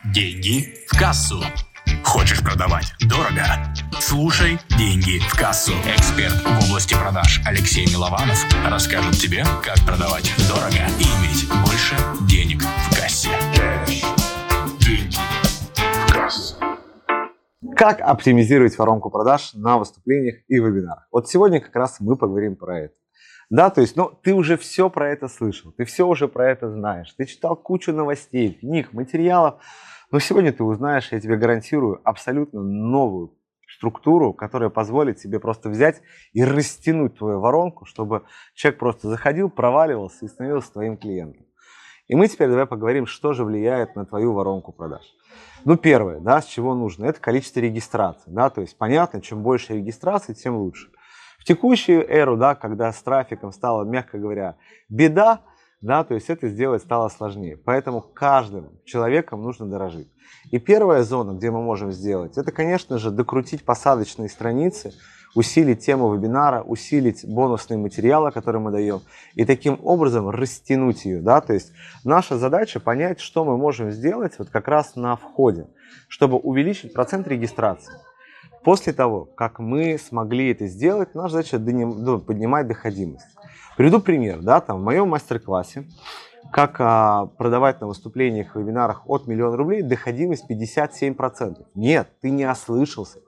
Деньги в кассу. Хочешь продавать дорого? Слушай «Деньги в кассу». Эксперт в области продаж Алексей Милованов расскажет тебе, как продавать дорого и иметь больше денег в кассе. Деньги в кассу. Как оптимизировать воронку продаж на выступлениях и вебинарах? Вот сегодня как раз мы поговорим про это. Да, то есть, ты уже все про это слышал, ты все уже про это знаешь, ты читал кучу новостей, книг, материалов, но сегодня ты узнаешь, я тебе гарантирую, абсолютно новую структуру, которая позволит тебе просто взять и растянуть твою воронку, чтобы человек просто заходил, проваливался и становился твоим клиентом. И мы теперь давай поговорим, что же влияет на твою воронку продаж. Первое, да, с чего нужно, это количество регистраций, да, то есть понятно, чем больше регистраций, тем лучше. В текущую эру, да, когда с трафиком стало, мягко говоря, беда, да, то есть это сделать стало сложнее. Поэтому каждым человеком нужно дорожить. И первая зона, где мы можем сделать, это, конечно же, докрутить посадочные страницы, усилить тему вебинара, усилить бонусные материалы, которые мы даем, и таким образом растянуть ее. Да? То есть наша задача понять, что мы можем сделать вот как раз на входе, чтобы увеличить процент регистрации. После того, как мы смогли это сделать, наша задача поднимать доходимость. Приведу пример. Да, в моем мастер-классе «Как продавать на выступлениях и вебинарах от 1 000 000 рублей» доходимость 57%. Нет, ты не ослышался.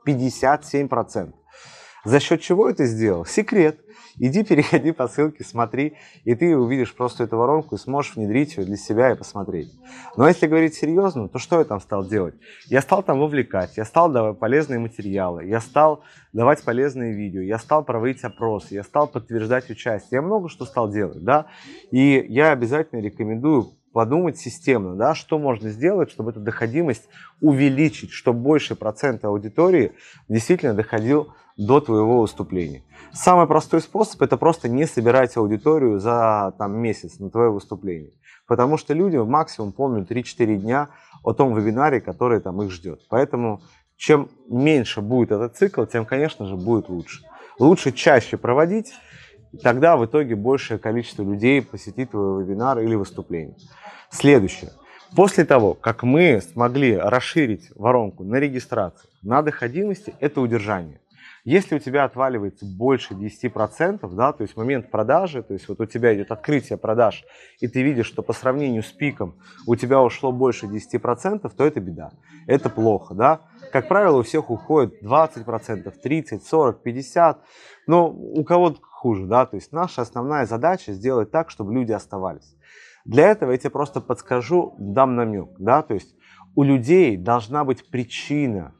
57%. За счет чего это сделал? Секрет. Иди, переходи по ссылке, смотри, и ты увидишь просто эту воронку и сможешь внедрить ее для себя и посмотреть. Но если говорить серьезно, то что я там стал делать? Я стал там вовлекать, я стал давать полезные материалы, я стал давать полезные видео, я стал проводить опросы, я стал подтверждать участие. Я много что стал делать, да, и я обязательно рекомендую подумать системно, да, что можно сделать, чтобы эту доходимость увеличить, чтобы больше процент аудитории действительно доходил до твоего выступления. Самый простой способ – это просто не собирать аудиторию за месяц на твое выступление. Потому что люди максимум помнят 3-4 дня о том вебинаре, который их ждет. Поэтому чем меньше будет этот цикл, тем, конечно же, будет лучше. Лучше чаще проводить, и тогда в итоге большее количество людей посетит твой вебинар или выступление. Следующее. После того, как мы смогли расширить воронку на регистрации, на доходимости, это удержание. Если у тебя отваливается больше 10%, да, то есть момент продажи, то есть вот у тебя идет открытие продаж, и ты видишь, что по сравнению с пиком у тебя ушло больше 10%, то это беда, это плохо, да. Как правило, у всех уходит 20%, 30%, 40%, 50%, но у кого-то хуже, да, то есть наша основная задача сделать так, чтобы люди оставались. Для этого я тебе просто подскажу, дам намек, да, то есть у людей должна быть причина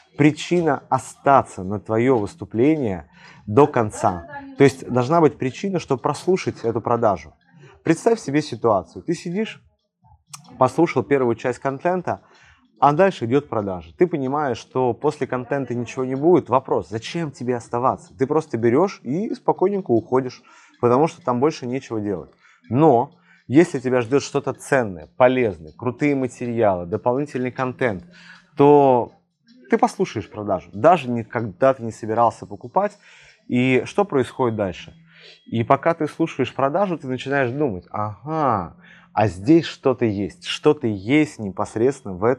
остаться на твое выступление до конца. То есть должна быть причина, чтобы прослушать эту продажу. Представь себе ситуацию. Ты сидишь, послушал первую часть контента, а дальше идет продажа. Ты понимаешь, что после контента ничего не будет. Вопрос, зачем тебе оставаться? Ты просто берешь и спокойненько уходишь, потому что там больше нечего делать. Но если тебя ждет что-то ценное, полезное, крутые материалы, дополнительный контент, то ты послушаешь продажу, даже когда ты не собирался покупать. И что происходит дальше? И пока ты слушаешь продажу, ты начинаешь думать, ага, а здесь что-то есть непосредственно в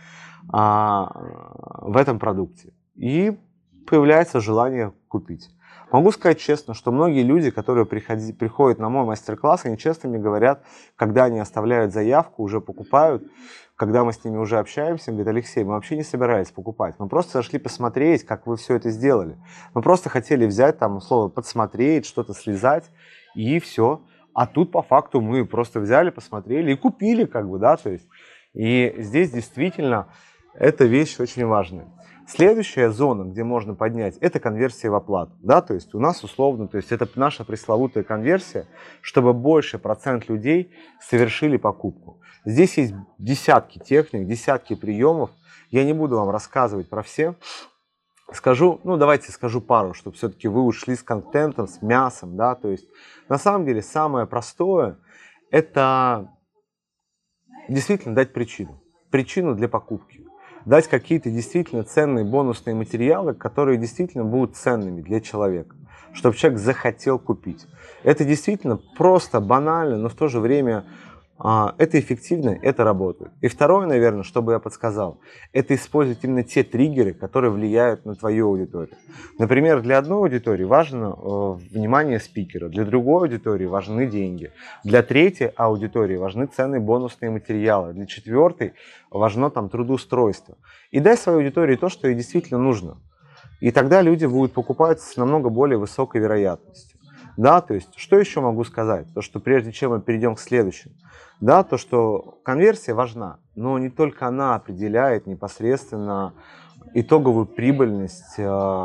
этом продукте. И появляется желание купить. Могу сказать честно, что многие люди, которые приходят на мой мастер-класс, они часто мне говорят, когда они оставляют заявку, уже покупают, когда мы с ними уже общаемся, говорят: Алексей, мы вообще не собирались покупать, мы просто зашли посмотреть, как вы все это сделали. Мы просто хотели взять, условно, подсмотреть, что-то слезать, и все. А тут по факту мы просто взяли, посмотрели и купили, да, то есть. И здесь действительно эта вещь очень важная. Следующая зона, где можно поднять, это конверсия в оплату. Да? То есть у нас условно, то есть это наша пресловутая конверсия, чтобы больше процент людей совершили покупку. Здесь есть десятки техник, десятки приемов. Я не буду вам рассказывать про все. Давайте скажу пару, чтобы все-таки вы ушли с контентом, с мясом. Да? То есть на самом деле самое простое – это действительно дать причину для покупки. Дать какие-то действительно ценные бонусные материалы, которые действительно будут ценными для человека, чтобы человек захотел купить. Это действительно просто банально, но в то же время это эффективно, это работает. И второе, наверное, что бы я подсказал, это использовать именно те триггеры, которые влияют на твою аудиторию. Например, для одной аудитории важно внимание спикера, для другой аудитории важны деньги, для третьей аудитории важны ценные бонусные материалы, для четвертой важно там трудоустройство. И дай своей аудитории то, что ей действительно нужно. И тогда люди будут покупать с намного более высокой вероятностью. Да, то есть, что еще могу сказать? То, что прежде чем мы перейдем к следующему, да, то, что конверсия важна, но не только она определяет непосредственно итоговую прибыльность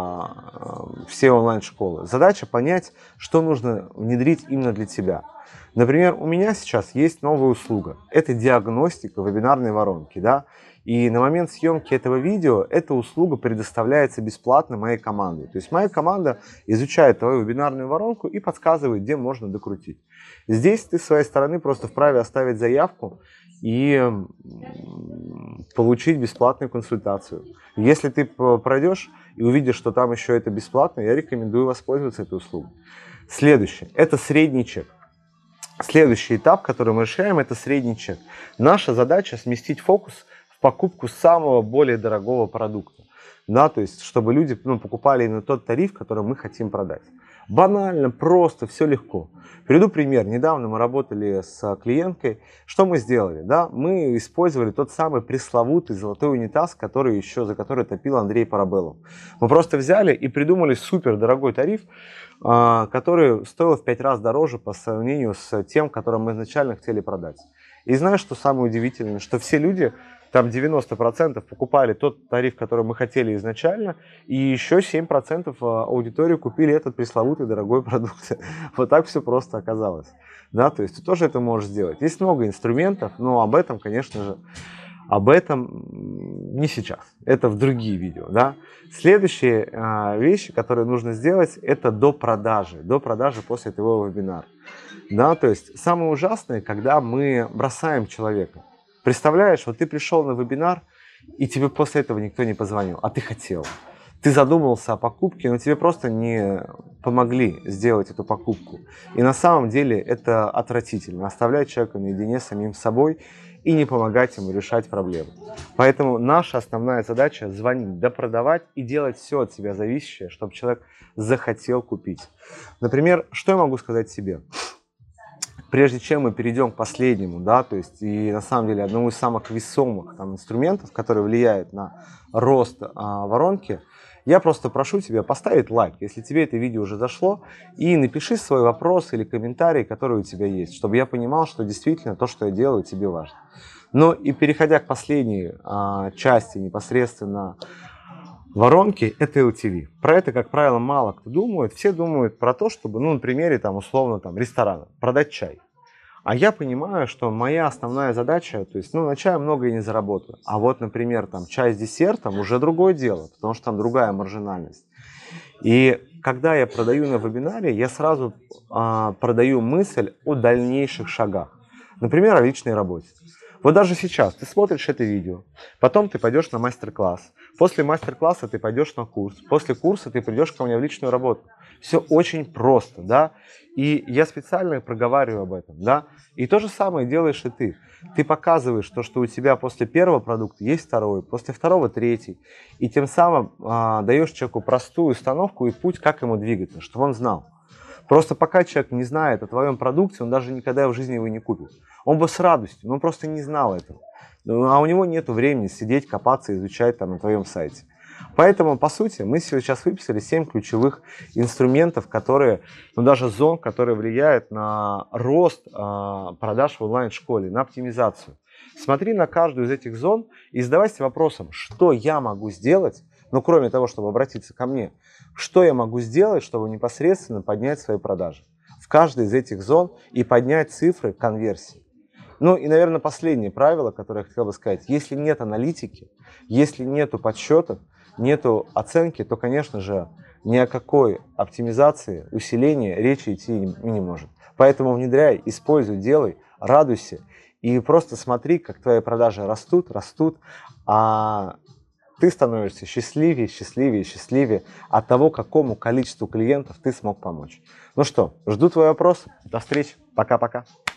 всей онлайн-школы. Задача понять, что нужно внедрить именно для тебя. Например, у меня сейчас есть новая услуга. Это диагностика вебинарной воронки, да. И на момент съемки этого видео эта услуга предоставляется бесплатно моей командой. То есть моя команда изучает твою вебинарную воронку и подсказывает, где можно докрутить. Здесь ты с своей стороны просто вправе оставить заявку и получить бесплатную консультацию. Если ты пройдешь и увидишь, что там еще это бесплатно, я рекомендую воспользоваться этой услугой. Следующее – это средний чек. Следующий этап, который мы решаем, это средний чек. Наша задача сместить фокус в покупку самого более дорогого продукта. Да, то есть, чтобы люди покупали именно тот тариф, который мы хотим продать. Банально, просто, все легко. Приведу пример. Недавно мы работали с клиенткой. Что мы сделали? Да? Мы использовали тот самый пресловутый золотой унитаз, за который топил Андрей Парабеллов. Мы просто взяли и придумали супер дорогой тариф, который стоил в 5 раз дороже по сравнению с тем, который мы изначально хотели продать. И знаешь, что самое удивительное? Что все люди, там 90% покупали тот тариф, который мы хотели изначально, и еще 7% аудитории купили этот пресловутый дорогой продукт. Вот так все просто оказалось. Да, то есть ты тоже это можешь сделать. Есть много инструментов, но об этом, конечно же, не сейчас. Это в другие видео. Да? Следующие вещи, которые нужно сделать, это до продажи после твоего вебинара. Да, то есть самое ужасное, когда мы бросаем человека. Представляешь, вот ты пришел на вебинар, и тебе после этого никто не позвонил, а ты хотел. Ты задумался о покупке, но тебе просто не помогли сделать эту покупку. И на самом деле это отвратительно. Оставлять человека наедине с самим собой и не помогать ему решать проблемы. Поэтому наша основная задача – звонить, допродавать и делать все от себя зависящее, чтобы человек захотел купить. Например, что я могу сказать себе? Прежде чем мы перейдем к последнему, да, то есть и на самом деле одному из самых весомых инструментов, который влияет на рост воронки, я просто прошу тебя поставить лайк, если тебе это видео уже зашло, и напиши свой вопрос или комментарий, который у тебя есть, чтобы я понимал, что действительно то, что я делаю, тебе важно. Ну и переходя к последней части непосредственно воронки, это LTV. Про это, как правило, мало кто думает. Все думают про то, чтобы, на примере, условно, ресторана, продать чай. А я понимаю, что моя основная задача, то есть, на чае много я не заработаю. А вот, например, чай с десертом уже другое дело, потому что там другая маржинальность. И когда я продаю на вебинаре, я сразу продаю мысль о дальнейших шагах. Например, о личной работе. Вот даже сейчас ты смотришь это видео, потом ты пойдешь на мастер-класс, после мастер-класса ты пойдешь на курс, после курса ты придешь ко мне в личную работу. Все очень просто, да, и я специально проговариваю об этом, да, и то же самое делаешь и ты. Ты показываешь то, что у тебя после первого продукта есть второй, после второго третий, и тем самым даешь человеку простую установку и путь, как ему двигаться, чтобы он знал. Просто пока человек не знает о твоем продукте, он даже никогда в жизни его не купит. Он бы с радостью, но он просто не знал этого. А у него нет времени сидеть, копаться, изучать на твоем сайте. Поэтому, по сути, мы сейчас выписали 7 ключевых инструментов, которые, даже зон, которые влияют на рост продаж в онлайн-школе, на оптимизацию. Смотри на каждую из этих зон и задавайся вопросом, что я могу сделать, кроме того, чтобы обратиться ко мне, что я могу сделать, чтобы непосредственно поднять свои продажи в каждой из этих зон и поднять цифры конверсии. И, наверное, последнее правило, которое я хотел бы сказать. Если нет аналитики, если нету подсчетов, нету оценки, то, конечно же, ни о какой оптимизации, усилении речи идти не может. Поэтому внедряй, используй, делай, радуйся и просто смотри, как твои продажи растут, а ты становишься счастливее, счастливее, счастливее от того, какому количеству клиентов ты смог помочь. Ну что, жду твои вопросы. До встречи. Пока-пока.